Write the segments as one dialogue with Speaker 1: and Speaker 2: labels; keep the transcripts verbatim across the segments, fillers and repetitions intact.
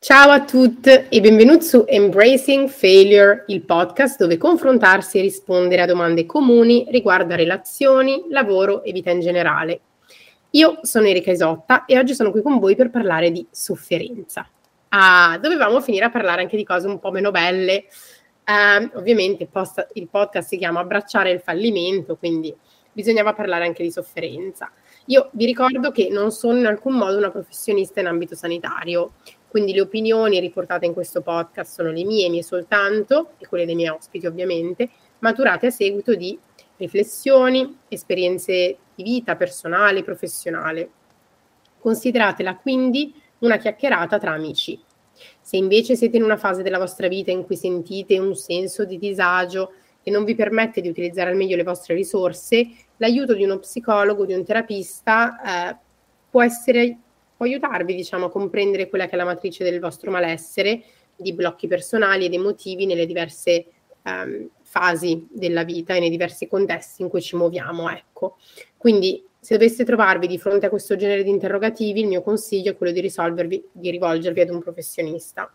Speaker 1: Ciao a tutti e benvenuti su Embracing Failure, il podcast dove confrontarsi e rispondere a domande comuni riguardo a relazioni, lavoro e vita in generale. Io sono Erika Isotta e oggi sono qui con voi per parlare di sofferenza. Ah, dovevamo finire a parlare anche di cose un po' meno belle. Eh, ovviamente il, post- il podcast si chiama Abbracciare il fallimento, quindi bisognava parlare anche di sofferenza. Io vi ricordo che non sono in alcun modo una professionista in ambito sanitario, quindi le opinioni riportate in questo podcast sono le mie, mie soltanto, e quelle dei miei ospiti ovviamente, maturate a seguito di riflessioni, esperienze di vita personale e professionale. Consideratela quindi una chiacchierata tra amici. Se invece siete in una fase della vostra vita in cui sentite un senso di disagio e non vi permette di utilizzare al meglio le vostre risorse, l'aiuto di uno psicologo, di un terapista eh, può essere può aiutarvi, diciamo, a comprendere quella che è la matrice del vostro malessere, di blocchi personali ed emotivi nelle diverse um, fasi della vita e nei diversi contesti in cui ci muoviamo, ecco. Quindi, se doveste trovarvi di fronte a questo genere di interrogativi, il mio consiglio è quello di risolvervi, di rivolgervi ad un professionista.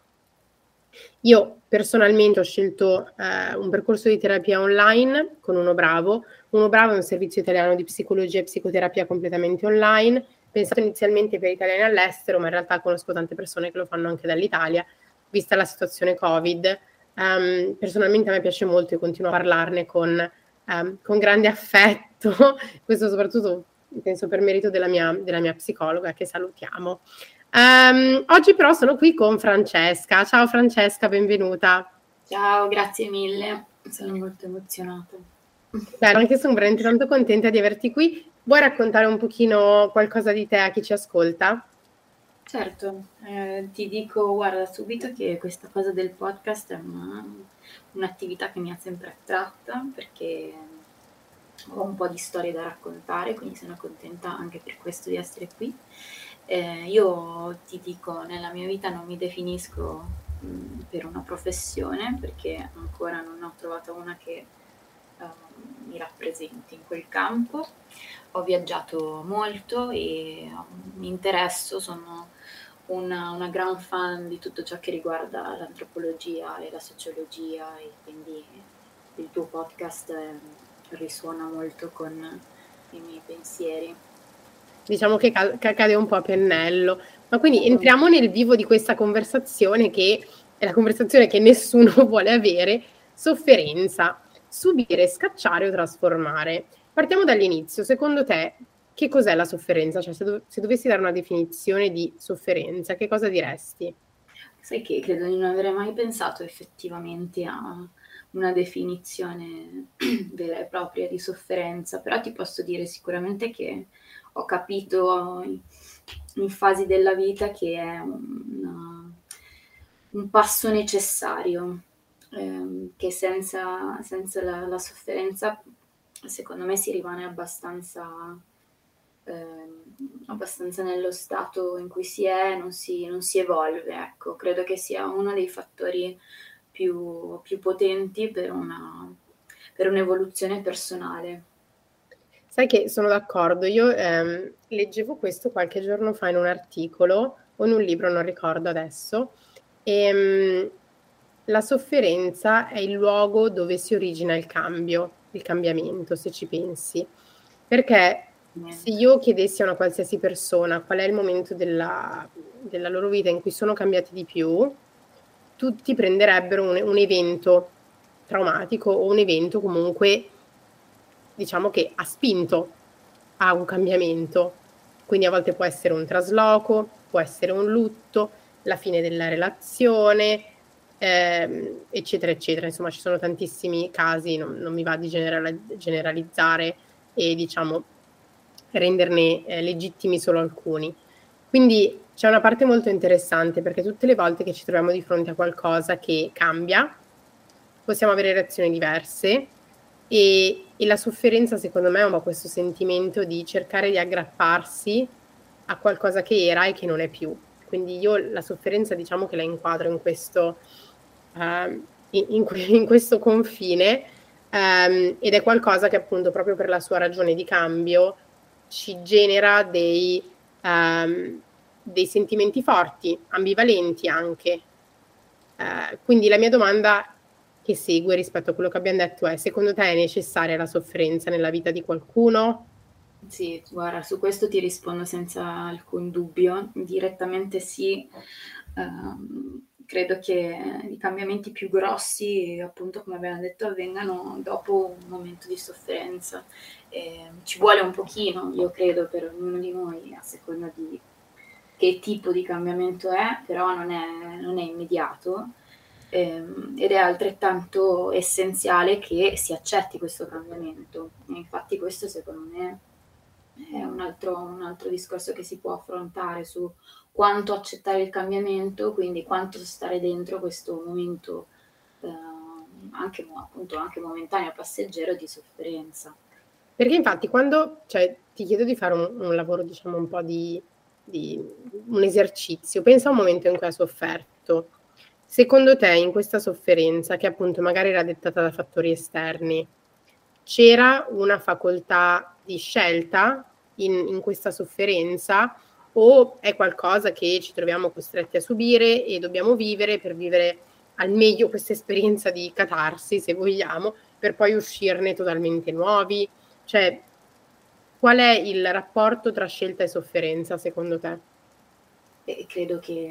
Speaker 1: Io personalmente ho scelto eh, un percorso di terapia online con Uno Bravo. Uno Bravo è un servizio italiano di psicologia e psicoterapia completamente online, pensato inizialmente per italiani all'estero, ma in realtà conosco tante persone che lo fanno anche dall'Italia, vista la situazione Covid. Um, personalmente a me piace molto e continuo a parlarne con, um, con grande affetto, questo soprattutto penso per merito della mia, della mia psicologa, che salutiamo. Um, oggi però sono qui con Francesca. Ciao Francesca, benvenuta.
Speaker 2: Ciao, grazie mille, sono molto emozionata.
Speaker 1: Beh, anche sono veramente tanto contenta di averti qui. Vuoi raccontare un pochino qualcosa di te a chi ci ascolta?
Speaker 2: Certo, eh, ti dico, guarda, subito che questa cosa del podcast è una, un'attività che mi ha sempre attratta perché ho un po' di storie da raccontare, quindi sono contenta anche per questo di essere qui. Eh, io ti dico, nella mia vita non mi definisco mh, per una professione perché ancora non ho trovato una che uh, mi rappresenti in quel campo. Ho viaggiato molto e mi interesso, sono una, una gran fan di tutto ciò che riguarda l'antropologia e la sociologia, e quindi il tuo podcast eh, risuona molto con i miei pensieri.
Speaker 1: Diciamo che cade un po' a pennello, ma quindi entriamo nel vivo di questa conversazione, che è la conversazione che nessuno vuole avere: sofferenza, subire, scacciare o trasformare. Partiamo dall'inizio. Secondo te che cos'è la sofferenza? Cioè, se, dov- se dovessi dare una definizione di sofferenza, che cosa diresti?
Speaker 2: Sai che credo di non avere mai pensato effettivamente a una definizione vera e propria di sofferenza, però ti posso dire sicuramente che ho capito in fasi della vita che è un, un passo necessario, ehm, che senza, senza la, la sofferenza secondo me si rimane abbastanza ehm, abbastanza nello stato in cui si è, non si, non si evolve, ecco. Credo che sia uno dei fattori più, più potenti per una, per un'evoluzione personale.
Speaker 1: Sai che sono d'accordo, io ehm, leggevo questo qualche giorno fa in un articolo o in un libro, non ricordo adesso, e mh, la sofferenza è il luogo dove si origina il cambio, il cambiamento, se ci pensi. Perché se io chiedessi a una qualsiasi persona qual è il momento della, della loro vita in cui sono cambiati di più, tutti prenderebbero un, un evento traumatico o un evento comunque, diciamo, che ha spinto a un cambiamento. Quindi a volte può essere un trasloco, può essere un lutto, la fine della relazione, ehm, eccetera, eccetera. Insomma, ci sono tantissimi casi, non, non mi va di general- generalizzare e, diciamo, renderne eh, legittimi solo alcuni. Quindi c'è una parte molto interessante, perché tutte le volte che ci troviamo di fronte a qualcosa che cambia, possiamo avere reazioni diverse. E, e la sofferenza, secondo me, è un po' questo sentimento di cercare di aggrapparsi a qualcosa che era e che non è più. Quindi io la sofferenza, diciamo, che la inquadro in questo, uh, in, in, in questo confine, um, ed è qualcosa che, appunto, proprio per la sua ragione di cambio ci genera dei, um, dei sentimenti forti, ambivalenti anche. Eh, quindi la mia domanda che segue rispetto a quello che abbiamo detto è: secondo te è necessaria la sofferenza nella vita di qualcuno?
Speaker 2: Sì, guarda, su questo ti rispondo senza alcun dubbio, direttamente sì. Um, credo che i cambiamenti più grossi, appunto come abbiamo detto, avvengano dopo un momento di sofferenza. E ci vuole un pochino, io credo, per ognuno di noi, a seconda di che tipo di cambiamento è, però non è, non è immediato. Ehm, ed è altrettanto essenziale che si accetti questo cambiamento. E infatti questo secondo me è un altro, un altro discorso che si può affrontare su quanto accettare il cambiamento, quindi quanto stare dentro questo momento eh, anche, appunto, anche momentaneo, passeggero di sofferenza.
Speaker 1: Perché infatti quando, cioè, ti chiedo di fare un, un lavoro, diciamo, un po' di, di un esercizio, pensa a un momento in cui hai sofferto. Secondo te in questa sofferenza, che appunto magari era dettata da fattori esterni, c'era una facoltà di scelta in, in questa sofferenza, o è qualcosa che ci troviamo costretti a subire e dobbiamo vivere per vivere al meglio questa esperienza di catarsi, se vogliamo, per poi uscirne totalmente nuovi? Cioè, qual è il rapporto tra scelta e sofferenza, secondo te?
Speaker 2: E credo che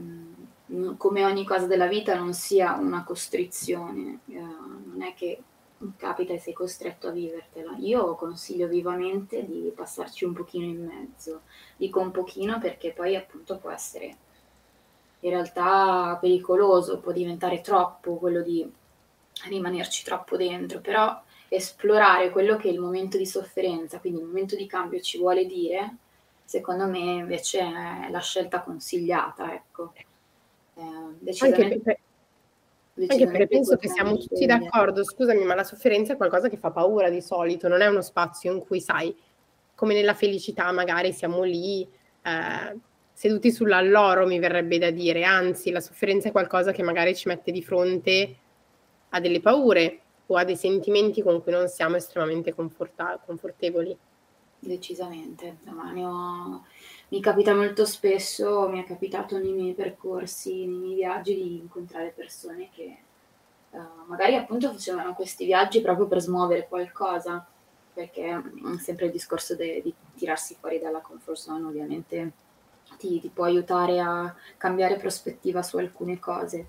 Speaker 2: come ogni cosa della vita non sia una costrizione, eh, non è che capita e sei costretto a vivertela. Io consiglio vivamente di passarci un pochino in mezzo, dico un pochino perché poi appunto può essere in realtà pericoloso, può diventare troppo quello di rimanerci troppo dentro, però esplorare quello che il momento di sofferenza, quindi il momento di cambio ci vuole dire, secondo me invece è la scelta consigliata, ecco. Eh, decisamente,
Speaker 1: Anche, per, anche perché
Speaker 2: decisamente
Speaker 1: penso che siamo tutti d'accordo, scusami, ma la sofferenza è qualcosa che fa paura di solito, non è uno spazio in cui, sai, come nella felicità magari siamo lì, eh, seduti sull'alloro, mi verrebbe da dire, anzi la sofferenza è qualcosa che magari ci mette di fronte a delle paure o a dei sentimenti con cui non siamo estremamente conforta- confortevoli.
Speaker 2: Decisamente, ma ne ho... mi capita molto spesso, mi è capitato nei miei percorsi, nei miei viaggi di incontrare persone che uh, magari appunto facevano questi viaggi proprio per smuovere qualcosa, perché um, sempre il discorso de- di tirarsi fuori dalla comfort zone ovviamente ti, ti può aiutare a cambiare prospettiva su alcune cose.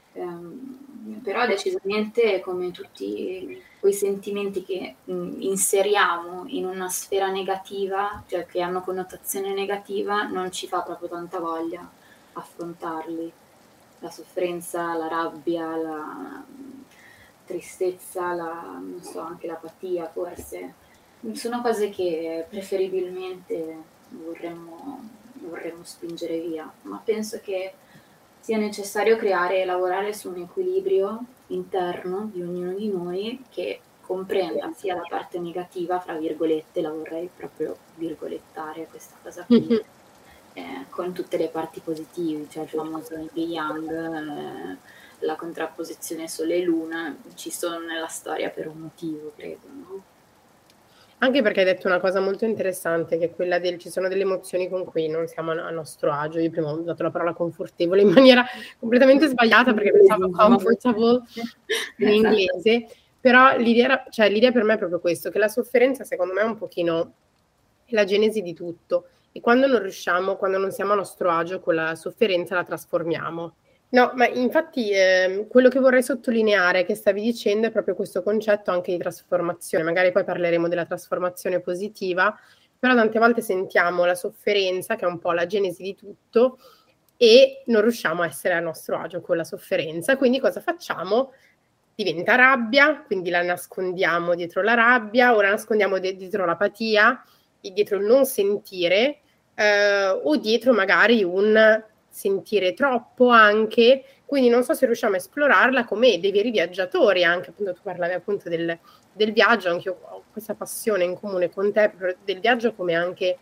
Speaker 2: Um, però decisamente come tutti quei sentimenti che mh, inseriamo in una sfera negativa, cioè che hanno connotazione negativa, non ci fa proprio tanta voglia affrontarli. La sofferenza, la rabbia, la tristezza, la, non so, anche l'apatia forse. Sono cose che preferibilmente vorremmo, vorremmo spingere via, ma penso che sia necessario creare e lavorare su un equilibrio interno di ognuno di noi che comprenda sia la parte negativa, fra virgolette, la vorrei proprio virgolettare questa cosa qui,
Speaker 1: Mm-hmm.
Speaker 2: eh, con tutte le parti positive, cioè il famoso Yin Yang, eh, la contrapposizione Sole e Luna, ci sono nella storia per un motivo, credo, no?
Speaker 1: Anche perché hai detto una cosa molto interessante, che è quella del ci sono delle emozioni con cui non siamo a, a nostro agio. Io prima ho usato la parola confortevole in maniera completamente sbagliata perché pensavo comfortable in inglese, però l'idea, era, cioè, l'idea per me è proprio questo, che la sofferenza secondo me è un pochino la genesi di tutto, e quando non riusciamo, quando non siamo a nostro agio con la sofferenza la trasformiamo. No, ma infatti eh, quello che vorrei sottolineare che stavi dicendo è proprio questo concetto anche di trasformazione. Magari poi parleremo della trasformazione positiva, però tante volte sentiamo la sofferenza, che è un po' la genesi di tutto, e non riusciamo a essere a nostro agio con la sofferenza. Quindi cosa facciamo? Diventa rabbia, quindi la nascondiamo dietro la rabbia, o la nascondiamo de- dietro l'apatia, dietro il non sentire, eh, o dietro magari un sentire troppo anche. Quindi non so se riusciamo a esplorarla come dei veri viaggiatori, anche appunto tu parlavi appunto del, del viaggio, anche io ho questa passione in comune con te del viaggio come anche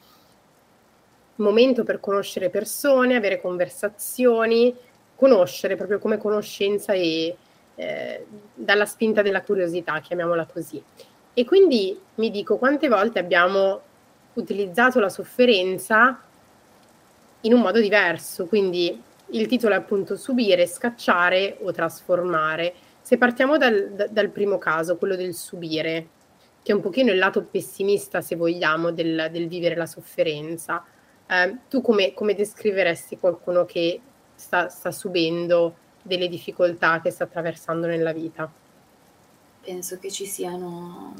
Speaker 1: momento per conoscere persone, avere conversazioni, conoscere proprio come conoscenza e eh, dalla spinta della curiosità, chiamiamola così. E quindi mi dico quante volte abbiamo utilizzato la sofferenza in un modo diverso. Quindi il titolo è appunto subire, scacciare o trasformare. Se partiamo dal, da, dal primo caso, quello del subire, che è un pochino il lato pessimista, se vogliamo, del, del vivere la sofferenza, eh, tu come, come descriveresti qualcuno che sta, sta subendo delle difficoltà che sta attraversando nella vita?
Speaker 2: Penso che ci siano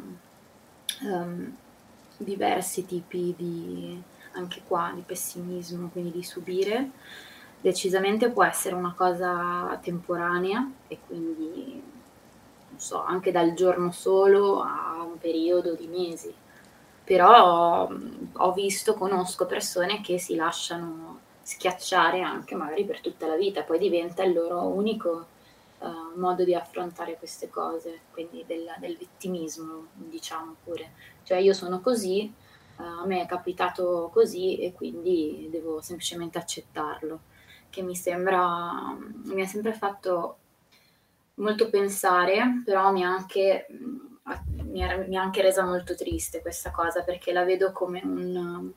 Speaker 2: um, diversi tipi di, anche qua, di pessimismo, quindi di subire. Decisamente può essere una cosa temporanea e quindi, non so, anche dal giorno solo a un periodo di mesi. Però mh, ho visto, conosco persone che si lasciano schiacciare anche magari per tutta la vita, poi diventa il loro unico uh, modo di affrontare queste cose, quindi del, del vittimismo, diciamo pure. Cioè io sono così, uh, a me è capitato così e quindi devo semplicemente accettarlo, che mi sembra, mi ha sempre fatto molto pensare, però mi ha anche, mi ha, mi ha anche resa molto triste questa cosa, perché la vedo come un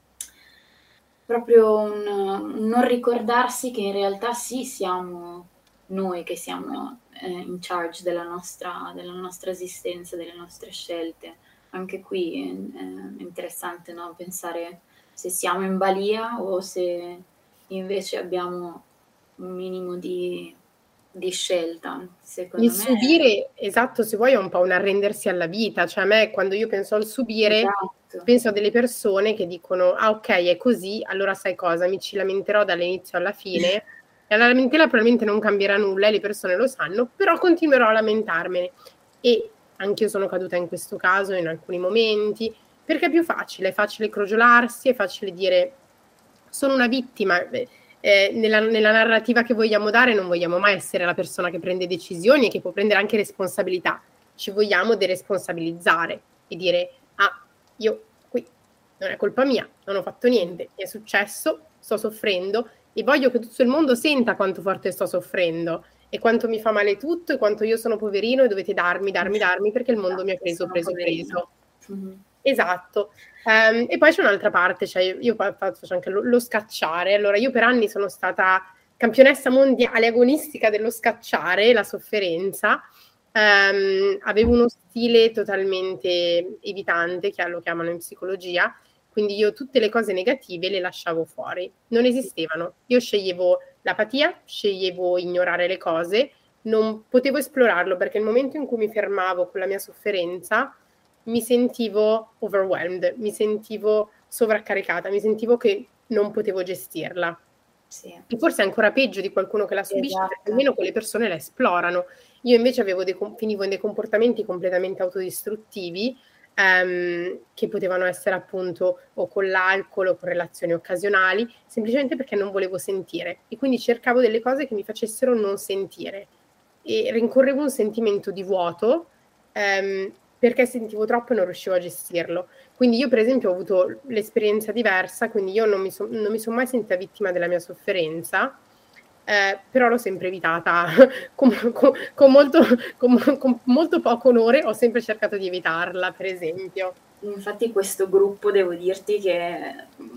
Speaker 2: proprio un, un non ricordarsi che in realtà sì, siamo noi che siamo eh, in charge della nostra, della nostra esistenza, delle nostre scelte. Anche qui eh, è interessante, no? Pensare se siamo in balia o se invece abbiamo un minimo di, di scelta. Secondo
Speaker 1: Il
Speaker 2: me,
Speaker 1: subire, esatto, se vuoi, è un po' un arrendersi alla vita. Cioè a me, quando io penso al subire,
Speaker 2: esatto.
Speaker 1: penso a delle persone che dicono, ah ok, è così, allora sai cosa, mi ci lamenterò dall'inizio alla fine, e la lamentela probabilmente non cambierà nulla, e le persone lo sanno, però continuerò a lamentarmene. E anch'io sono caduta in questo caso in alcuni momenti, perché è più facile, è facile crogiolarsi, è facile dire, sono una vittima. Eh, nella, nella narrativa che vogliamo dare non vogliamo mai essere la persona che prende decisioni e che può prendere anche responsabilità, ci vogliamo deresponsabilizzare e dire, ah, io qui non è colpa mia, non ho fatto niente, mi è successo, sto soffrendo e voglio che tutto il mondo senta quanto forte sto soffrendo e quanto mi fa male tutto e quanto io sono poverino e dovete darmi, darmi, darmi perché il mondo mi ha preso,
Speaker 2: Sono
Speaker 1: preso,
Speaker 2: poverina.
Speaker 1: preso.
Speaker 2: Mm-hmm.
Speaker 1: Esatto. Um, e poi c'è un'altra parte, cioè io, io faccio anche lo, lo scacciare. Allora, io per anni sono stata campionessa mondiale agonistica dello scacciare la sofferenza. Um, avevo uno stile totalmente evitante, che lo chiamano in psicologia, quindi io tutte le cose negative le lasciavo fuori, non esistevano. Io sceglievo l'apatia, sceglievo ignorare le cose, non potevo esplorarlo perché il momento in cui mi fermavo con la mia sofferenza mi sentivo overwhelmed, mi sentivo sovraccaricata, mi sentivo che non potevo gestirla.
Speaker 2: Sì.
Speaker 1: E forse è ancora peggio di qualcuno che la subisce,
Speaker 2: Esatto.
Speaker 1: perché almeno quelle persone la esplorano. Io invece avevo dei, finivo in dei comportamenti completamente autodistruttivi, ehm, che potevano essere appunto o con l'alcol o con relazioni occasionali, semplicemente perché non volevo sentire. E quindi cercavo delle cose che mi facessero non sentire. E rincorrevo un sentimento di vuoto, ehm, perché sentivo troppo e non riuscivo a gestirlo. Quindi io per esempio ho avuto l'esperienza diversa, quindi io non mi, so, non mi sono mai sentita vittima della mia sofferenza, eh, però l'ho sempre evitata con, con, con, molto, con, con molto poco onore, ho sempre cercato di evitarla, per esempio.
Speaker 2: Infatti questo gruppo, devo dirti che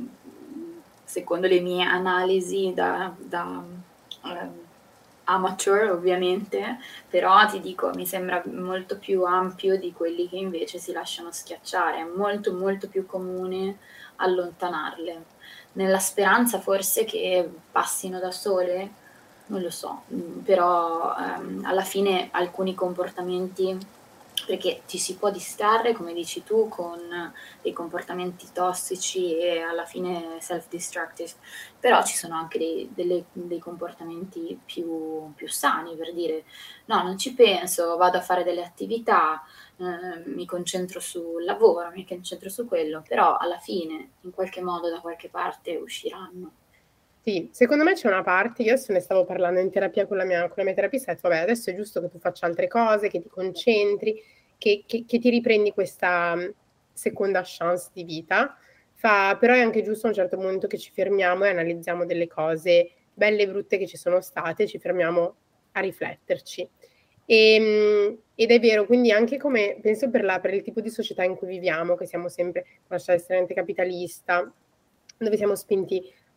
Speaker 2: secondo le mie analisi da, da eh, amateur ovviamente, però ti dico, mi sembra molto più ampio di quelli che invece si lasciano schiacciare, è molto molto più comune allontanarle, nella speranza forse che passino da sole, non lo so, però ehm, alla fine alcuni comportamenti, perché ci si può distrarre, come dici tu, con dei comportamenti tossici e alla fine self-destructive, però ci sono anche dei, delle, dei comportamenti più, più sani, per dire no, non ci penso, vado a fare delle attività, eh, mi concentro sul lavoro, mi concentro su quello, però alla fine in qualche modo da qualche parte usciranno.
Speaker 1: Sì, secondo me c'è una parte, io adesso ne stavo parlando in terapia con la mia, con la mia terapista, e ho detto, vabbè, adesso è giusto che tu faccia altre cose, che ti concentri, che, che, che ti riprendi questa um, seconda chance di vita, fa, però è anche giusto a un certo momento che ci fermiamo e analizziamo delle cose belle e brutte che ci sono state, ci fermiamo a rifletterci. E, ed è vero, quindi anche come, penso per, la, per il tipo di società in cui viviamo, che siamo sempre una società estremamente capitalista, dove siamo spinti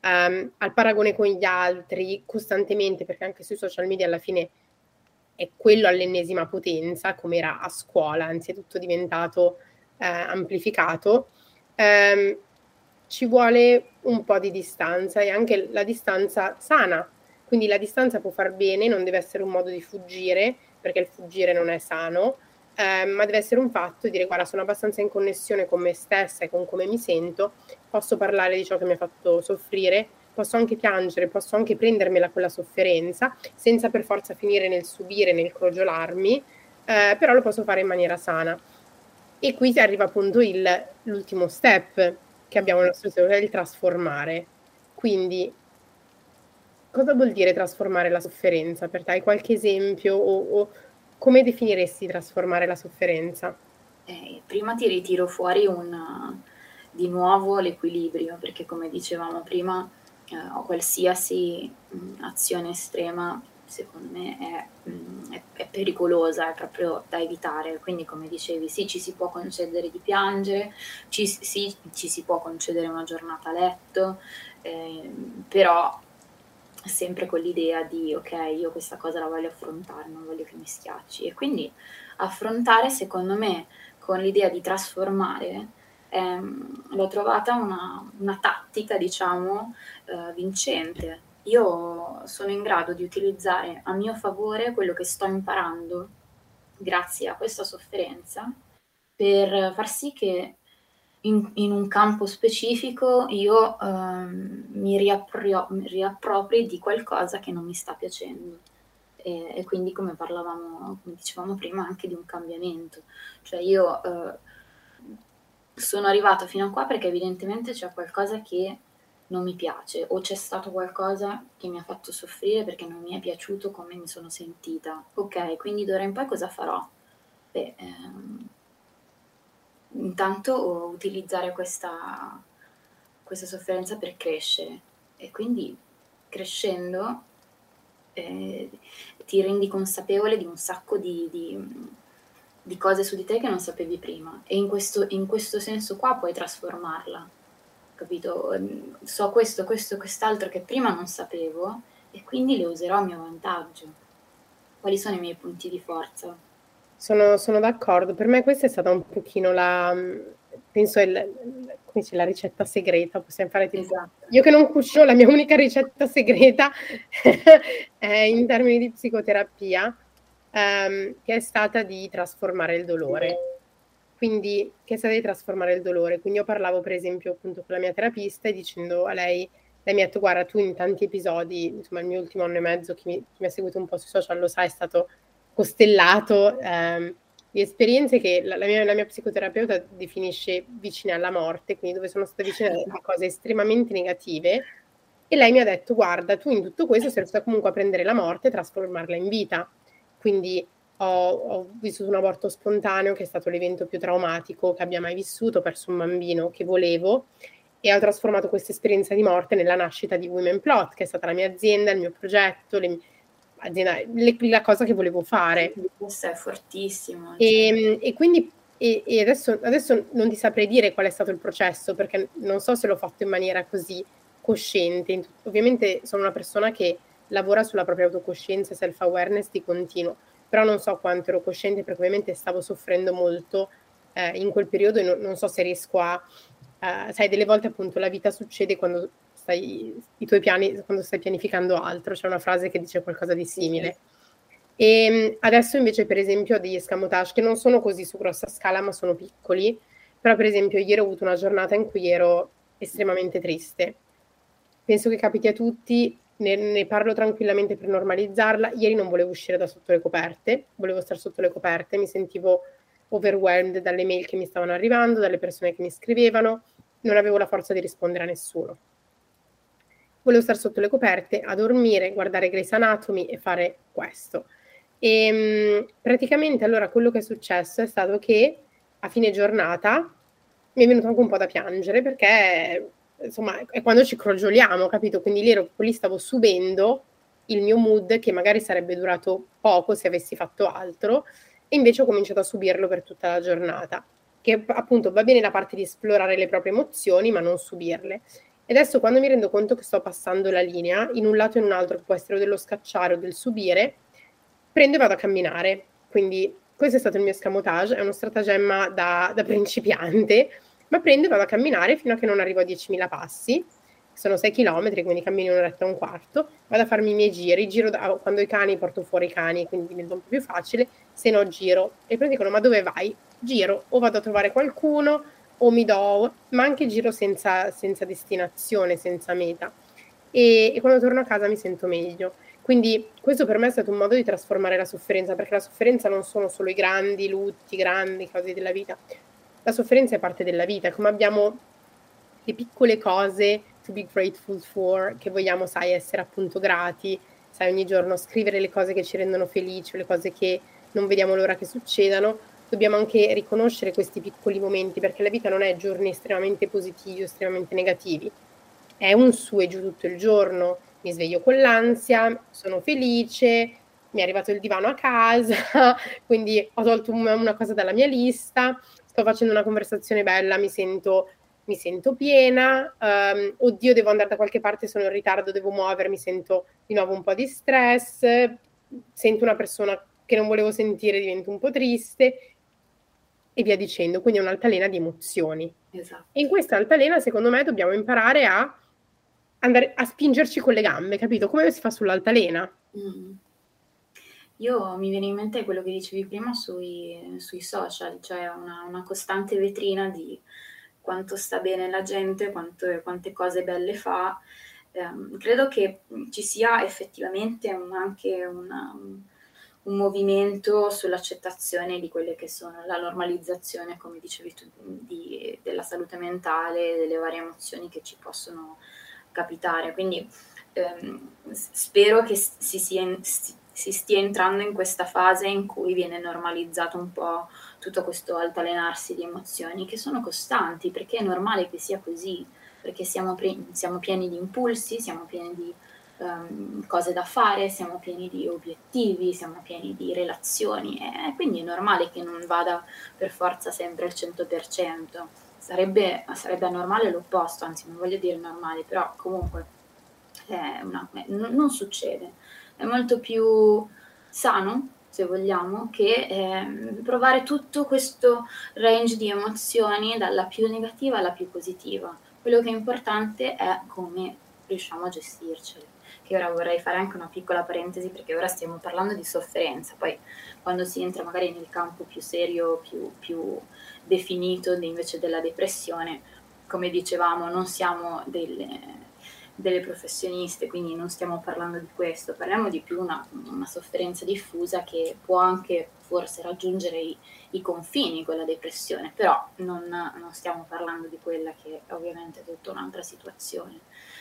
Speaker 1: um, al paragone con gli altri costantemente, perché anche sui social media alla fine è quello all'ennesima potenza, come era a scuola, anzi è tutto diventato eh, amplificato, um, ci vuole un po' di distanza, e anche la distanza sana. Quindi la distanza può far bene, non deve essere un modo di fuggire, perché il fuggire non è sano, eh, ma deve essere un fatto di dire: guarda, sono abbastanza in connessione con me stessa e con come mi sento, posso parlare di ciò che mi ha fatto soffrire, posso anche piangere, posso anche prendermela quella sofferenza, senza per forza finire nel subire, nel crogiolarmi, eh, però lo posso fare in maniera sana. E qui arriva appunto il, l'ultimo step che abbiamo nel nostro cervello, è il trasformare. Quindi cosa vuol dire trasformare la sofferenza per te? Hai qualche esempio o, o come definiresti trasformare la sofferenza?
Speaker 2: Eh, prima ti ritiro fuori un, di nuovo l'equilibrio, perché come dicevamo prima, eh, qualsiasi mh, azione estrema secondo me è, mh, è, è pericolosa, è proprio da evitare. Quindi come dicevi, sì, ci si può concedere di piangere, ci, sì, ci si può concedere una giornata a letto, eh, però sempre con l'idea di ok, io questa cosa la voglio affrontare, non voglio che mi schiacci. E quindi affrontare, secondo me, con l'idea di trasformare, ehm, l'ho trovata una, una tattica, diciamo, eh, vincente. Io sono in grado di utilizzare a mio favore quello che sto imparando grazie a questa sofferenza per far sì che in, in un campo specifico io ehm, mi, riapprio, mi riappropri di qualcosa che non mi sta piacendo. E, e quindi come parlavamo, come dicevamo prima, anche di un cambiamento. Cioè io eh, sono arrivata fino a qua perché evidentemente c'è qualcosa che non mi piace, o c'è stato qualcosa che mi ha fatto soffrire perché non mi è piaciuto come mi sono sentita. Ok, quindi d'ora in poi cosa farò? Beh, ehm, intanto utilizzare questa, questa sofferenza per crescere, e quindi crescendo eh, ti rendi consapevole di un sacco di, di, di cose su di te che non sapevi prima, e in questo, in questo senso qua puoi trasformarla, capito? So questo, questo, quest'altro che prima non sapevo, e quindi le userò a mio vantaggio. Quali sono i miei punti di forza?
Speaker 1: Sono, sono d'accordo. Per me questa è stata un pochino la, penso, il, come dice, la ricetta segreta. Possiamo fare tipo,
Speaker 2: Esatto.
Speaker 1: io che non cucino, la mia unica ricetta segreta è in termini di psicoterapia, ehm, che è stata di trasformare il dolore. Quindi, che è stata di trasformare il dolore. Quindi io parlavo, per esempio, appunto con la mia terapista, e dicendo a lei, lei mi ha detto: guarda, tu in tanti episodi, insomma il mio ultimo anno e mezzo, chi mi, chi mi ha seguito un po' sui social lo sa, è stato costellato ehm, di esperienze che la, la, mia, la mia psicoterapeuta definisce vicine alla morte, quindi dove sono state vicine a cose estremamente negative, e lei mi ha detto: guarda, tu in tutto questo sei riuscita comunque a prendere la morte e trasformarla in vita. Quindi ho, ho vissuto un aborto spontaneo, che è stato l'evento più traumatico che abbia mai vissuto, ho perso un bambino che volevo, e ho trasformato questa esperienza di morte nella nascita di Women Plot, che è stata la mia azienda, il mio progetto, le, azienda, le, la cosa che volevo fare.
Speaker 2: Questo è fortissimo.
Speaker 1: E,
Speaker 2: Cioè.
Speaker 1: e quindi e, e adesso, adesso non ti saprei dire qual è stato il processo, perché non so se l'ho fatto in maniera così cosciente. Ovviamente sono una persona che lavora sulla propria autocoscienza e self-awareness di continuo, però non so quanto ero cosciente, perché ovviamente stavo soffrendo molto eh, in quel periodo, e non, non so se riesco a... Uh, sai, delle volte appunto la vita succede quando stai, i tuoi piani, quando stai pianificando altro. C'è una frase che dice qualcosa di simile. E adesso invece, per esempio, ho degli escamotage che non sono così su grossa scala, ma sono piccoli. Però per esempio ieri ho avuto una giornata in cui ero estremamente triste. Penso che capiti a tutti, ne, ne parlo tranquillamente per normalizzarla. Ieri non volevo uscire da sotto le coperte, volevo stare sotto le coperte, mi sentivo overwhelmed dalle mail che mi stavano arrivando, dalle persone che mi scrivevano, non avevo la forza di rispondere a nessuno. Volevo stare sotto le coperte, a dormire, guardare Grey's Anatomy e fare questo. E praticamente allora quello che è successo è stato che a fine giornata mi è venuto anche un po' da piangere, perché insomma è quando ci crogioliamo, capito? Quindi lì, ero, lì stavo subendo il mio mood, che magari sarebbe durato poco se avessi fatto altro, e invece ho cominciato a subirlo per tutta la giornata, che appunto va bene la parte di esplorare le proprie emozioni, ma non subirle. E adesso quando mi rendo conto che sto passando la linea, in un lato e in un altro, che può essere dello scacciare o del subire, prendo e vado a camminare. Quindi questo è stato il mio escamotage, è uno stratagemma da, da principiante, ma prendo e vado a camminare fino a che non arrivo a diecimila passi, sono sei chilometri, quindi cammino un'oretta e un quarto, vado a farmi i miei giri, giro da, quando i cani porto fuori i cani, quindi diventa un po' più facile, se no giro. E poi dicono, ma dove vai? Giro, o vado a trovare qualcuno, o mi do, ma anche giro senza, senza destinazione, senza meta. E, e quando torno a casa mi sento meglio. Quindi questo per me è stato un modo di trasformare la sofferenza, perché la sofferenza non sono solo i grandi lutti, grandi cose della vita. La sofferenza è parte della vita, come abbiamo le piccole cose to be grateful for, che vogliamo, sai, essere appunto grati, sai, ogni giorno scrivere le cose che ci rendono felici, le cose che non vediamo l'ora che succedano. Dobbiamo anche riconoscere questi piccoli momenti, perché la vita non è giorni estremamente positivi o estremamente negativi, è un su e giù tutto il giorno. Mi sveglio con l'ansia, sono felice, mi è arrivato il divano a casa, quindi ho tolto una cosa dalla mia lista, sto facendo una conversazione bella, mi sento, mi sento piena, um, oddio devo andare da qualche parte, sono in ritardo, devo muovermi, sento di nuovo un po' di stress, sento una persona che non volevo sentire, divento un po' triste e via dicendo, quindi è un'altalena di emozioni.
Speaker 2: Esatto.
Speaker 1: E in questa altalena secondo me dobbiamo imparare a andare a spingerci con le gambe, capito? Come si fa sull'altalena.
Speaker 2: Mm. Io mi viene in mente quello che dicevi prima sui, sui social, cioè una, una costante vetrina di quanto sta bene la gente, quanto, quante cose belle fa. Um, credo che ci sia effettivamente un, anche una, un movimento sull'accettazione di quelle che sono la normalizzazione, come dicevi tu, di, della salute mentale, delle varie emozioni che ci possono capitare. Quindi um, spero che si sia... Si, si stia entrando in questa fase in cui viene normalizzato un po' tutto questo altalenarsi di emozioni che sono costanti, perché è normale che sia così, perché siamo, pre- siamo pieni di impulsi, siamo pieni di um, cose da fare, siamo pieni di obiettivi, siamo pieni di relazioni e quindi è normale che non vada per forza sempre al cento per cento. Sarebbe, sarebbe normale l'opposto, anzi non voglio dire normale, però comunque è una, non, non succede. È molto più sano, se vogliamo, che eh, provare tutto questo range di emozioni, dalla più negativa alla più positiva. Quello che è importante è come riusciamo a gestircele. Che ora vorrei fare anche una piccola parentesi, perché ora stiamo parlando di sofferenza, poi quando si entra magari nel campo più serio, più, più definito invece della depressione, come dicevamo, non siamo delle... delle professioniste, quindi non stiamo parlando di questo, parliamo di più una, una sofferenza diffusa che può anche forse raggiungere i, i confini con la depressione, però non, non stiamo parlando di quella che ovviamente è tutta un'altra situazione.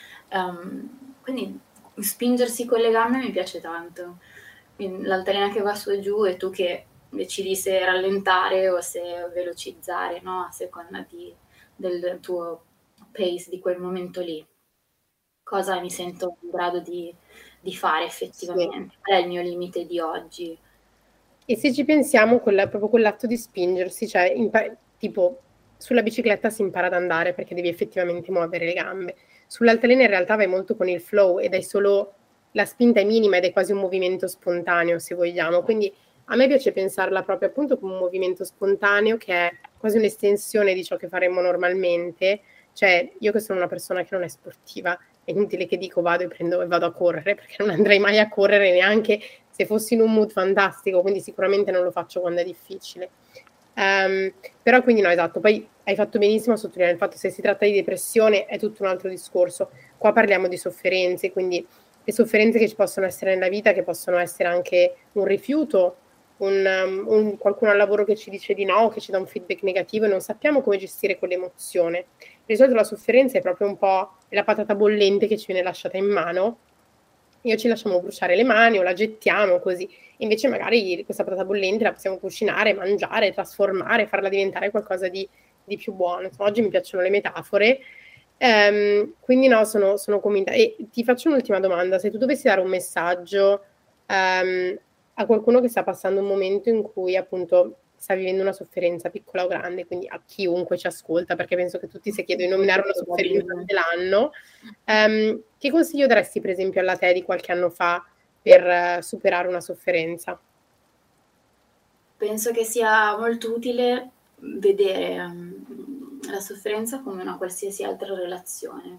Speaker 2: Um, quindi spingersi con le gambe mi piace tanto, quindi l'altalena che va su e giù e tu che decidi se rallentare o se velocizzare, no? A seconda di, del tuo pace di quel momento lì. Cosa mi sento in grado di, di fare effettivamente?
Speaker 1: Sì.
Speaker 2: Qual è il mio limite di oggi?
Speaker 1: E se ci pensiamo, quella, proprio quell'atto di spingersi, cioè impa- tipo sulla bicicletta si impara ad andare perché devi effettivamente muovere le gambe. Sull'altalena in realtà vai molto con il flow ed è solo la spinta è minima ed è quasi un movimento spontaneo, se vogliamo. Quindi a me piace pensarla proprio appunto come un movimento spontaneo che è quasi un'estensione di ciò che faremmo normalmente. Cioè, io che sono una persona che non è sportiva, è inutile che dico vado e prendo e vado a correre, perché non andrei mai a correre neanche se fossi in un mood fantastico, quindi sicuramente non lo faccio quando è difficile. Um, però quindi no, esatto, poi hai fatto benissimo a sottolineare il fatto che se si tratta di depressione è tutto un altro discorso. Qua parliamo di sofferenze, quindi le sofferenze che ci possono essere nella vita, che possono essere anche un rifiuto, un, um, un, qualcuno al lavoro che ci dice di no, che ci dà un feedback negativo e non sappiamo come gestire quell'emozione. Di solito la sofferenza è proprio un po' la patata bollente che ci viene lasciata in mano e ci lasciamo bruciare le mani o la gettiamo così. Invece magari questa patata bollente la possiamo cucinare, mangiare, trasformare, farla diventare qualcosa di, di più buono. Insomma, oggi mi piacciono le metafore. Um, quindi no, sono, sono convinta. E ti faccio un'ultima domanda. Se tu dovessi dare un messaggio um, a qualcuno che sta passando un momento in cui appunto sta vivendo una sofferenza piccola o grande, quindi a chiunque ci ascolta, perché penso che tutti, se chiedo di nominare una sofferenza dell'anno, um, che consiglio daresti per esempio alla te di qualche anno fa per uh, superare una sofferenza?
Speaker 2: Penso che sia molto utile vedere um, la sofferenza come una qualsiasi altra relazione.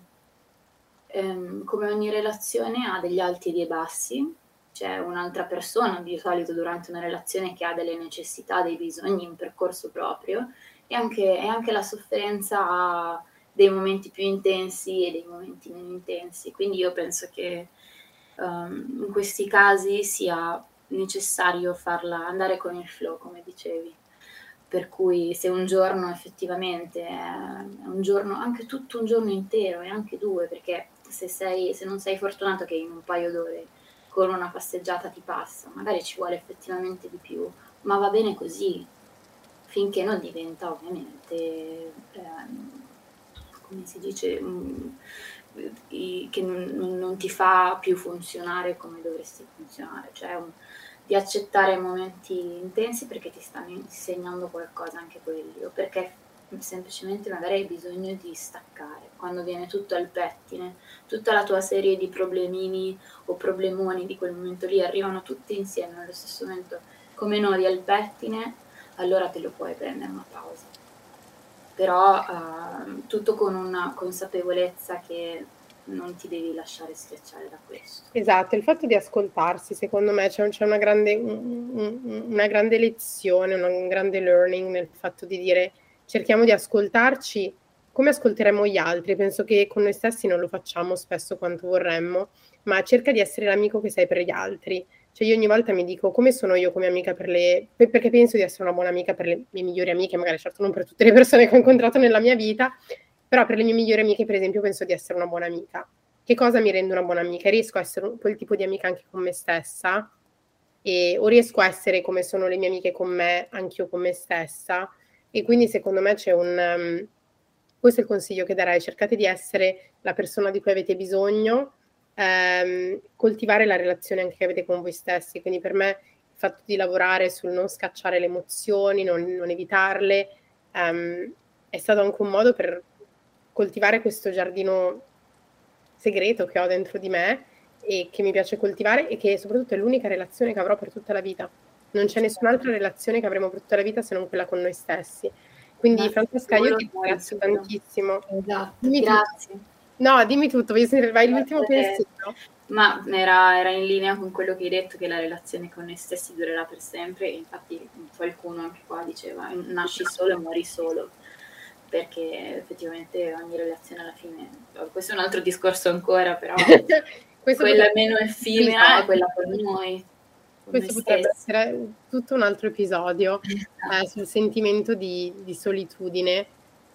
Speaker 2: Um, come ogni relazione ha degli alti e dei bassi. C'è un'altra persona di solito durante una relazione che ha delle necessità, dei bisogni, un percorso proprio, e anche, e anche la sofferenza ha dei momenti più intensi e dei momenti meno intensi. Quindi io penso che um, in questi casi sia necessario farla andare con il flow, come dicevi. Per cui se un giorno effettivamente è un giorno, anche tutto un giorno intero e anche due, perché se, sei, se non sei fortunato che in un paio d'ore con una passeggiata ti passa, magari ci vuole effettivamente di più, ma va bene così, finché non diventa ovviamente, ehm, come si dice, mh, che non, non ti fa più funzionare come dovresti funzionare, cioè un, di accettare momenti intensi perché ti stanno insegnando qualcosa anche quelli, o perché semplicemente magari hai bisogno di staccare. Quando viene tutto al pettine, tutta la tua serie di problemini o problemoni di quel momento lì arrivano tutti insieme allo stesso momento come nodi al pettine, allora te lo puoi prendere una pausa. Però uh, tutto con una consapevolezza che non ti devi lasciare schiacciare da questo.
Speaker 1: Esatto, il fatto di ascoltarsi, secondo me c'è, c'è una, grande, una grande lezione, un grande learning nel fatto di dire cerchiamo di ascoltarci come ascolteremo gli altri. Penso che con noi stessi non lo facciamo spesso quanto vorremmo, ma cerca di essere l'amico che sei per gli altri. Cioè io ogni volta mi dico come sono io come amica per le... perché penso di essere una buona amica per le mie migliori amiche, magari certo non per tutte le persone che ho incontrato nella mia vita, però per le mie migliori amiche per esempio penso di essere una buona amica. Che cosa mi rende una buona amica? Riesco a essere quel tipo di amica anche con me stessa, e, o riesco a essere come sono le mie amiche con me, anch'io con me stessa, e quindi secondo me c'è un... Um, questo è il consiglio che darei, cercate di essere la persona di cui avete bisogno, ehm, coltivare la relazione anche che avete con voi stessi, quindi per me il fatto di lavorare sul non scacciare le emozioni, non, non evitarle, um, è stato anche un modo per coltivare questo giardino segreto che ho dentro di me e che mi piace coltivare e che soprattutto è l'unica relazione che avrò per tutta la vita. Non c'è nessun'altra relazione che avremo per tutta la vita se non quella con noi stessi. Quindi Francesca, io ti ringrazio tantissimo.
Speaker 2: Esatto,
Speaker 1: dimmi
Speaker 2: grazie.
Speaker 1: Tutto. No, dimmi tutto, voglio sentire, vai l'ultimo eh, pensiero.
Speaker 2: Ma era, era in linea con quello che hai detto, che la relazione con noi stessi durerà per sempre, e infatti qualcuno anche qua diceva nasci solo e muori solo, perché effettivamente ogni relazione alla fine, questo è un altro discorso ancora, però quella meno effimera è quella con noi.
Speaker 1: Questo potrebbe essere tutto un altro episodio eh, sul sentimento di, di solitudine,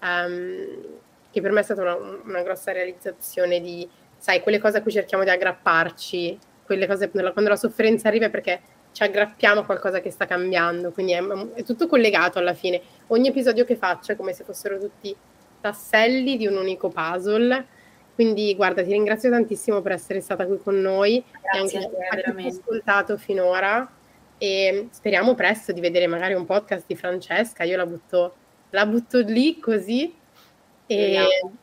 Speaker 1: um, che per me è stata una, una grossa realizzazione di, sai, quelle cose a cui cerchiamo di aggrapparci, quelle cose quando la sofferenza arriva è perché ci aggrappiamo a qualcosa che sta cambiando, quindi è, è tutto collegato alla fine. Ogni episodio che faccio è come se fossero tutti tasselli di un unico puzzle. Quindi guarda, ti ringrazio tantissimo per essere stata qui con noi.
Speaker 2: Grazie
Speaker 1: e anche
Speaker 2: a te,
Speaker 1: per aver ascoltato finora, e speriamo presto di vedere magari un podcast di Francesca. Io la butto, la butto lì così e,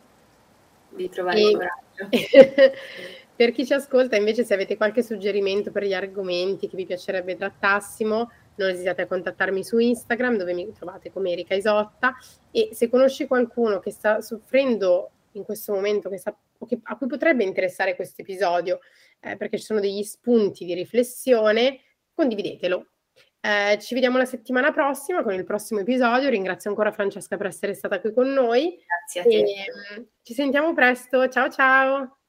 Speaker 2: di trovare e, coraggio.
Speaker 1: Per chi ci ascolta invece, se avete qualche suggerimento per gli argomenti che vi piacerebbe trattassimo, non esitate a contattarmi su Instagram, dove mi trovate come Erika Isotta, e se conosci qualcuno che sta soffrendo in questo momento, che sta, che, a cui potrebbe interessare questo episodio, eh, perché ci sono degli spunti di riflessione, condividetelo. Eh, ci vediamo la settimana prossima con il prossimo episodio. Ringrazio ancora Francesca per essere stata qui con noi.
Speaker 2: Grazie a te.
Speaker 1: E, ci sentiamo presto. Ciao ciao!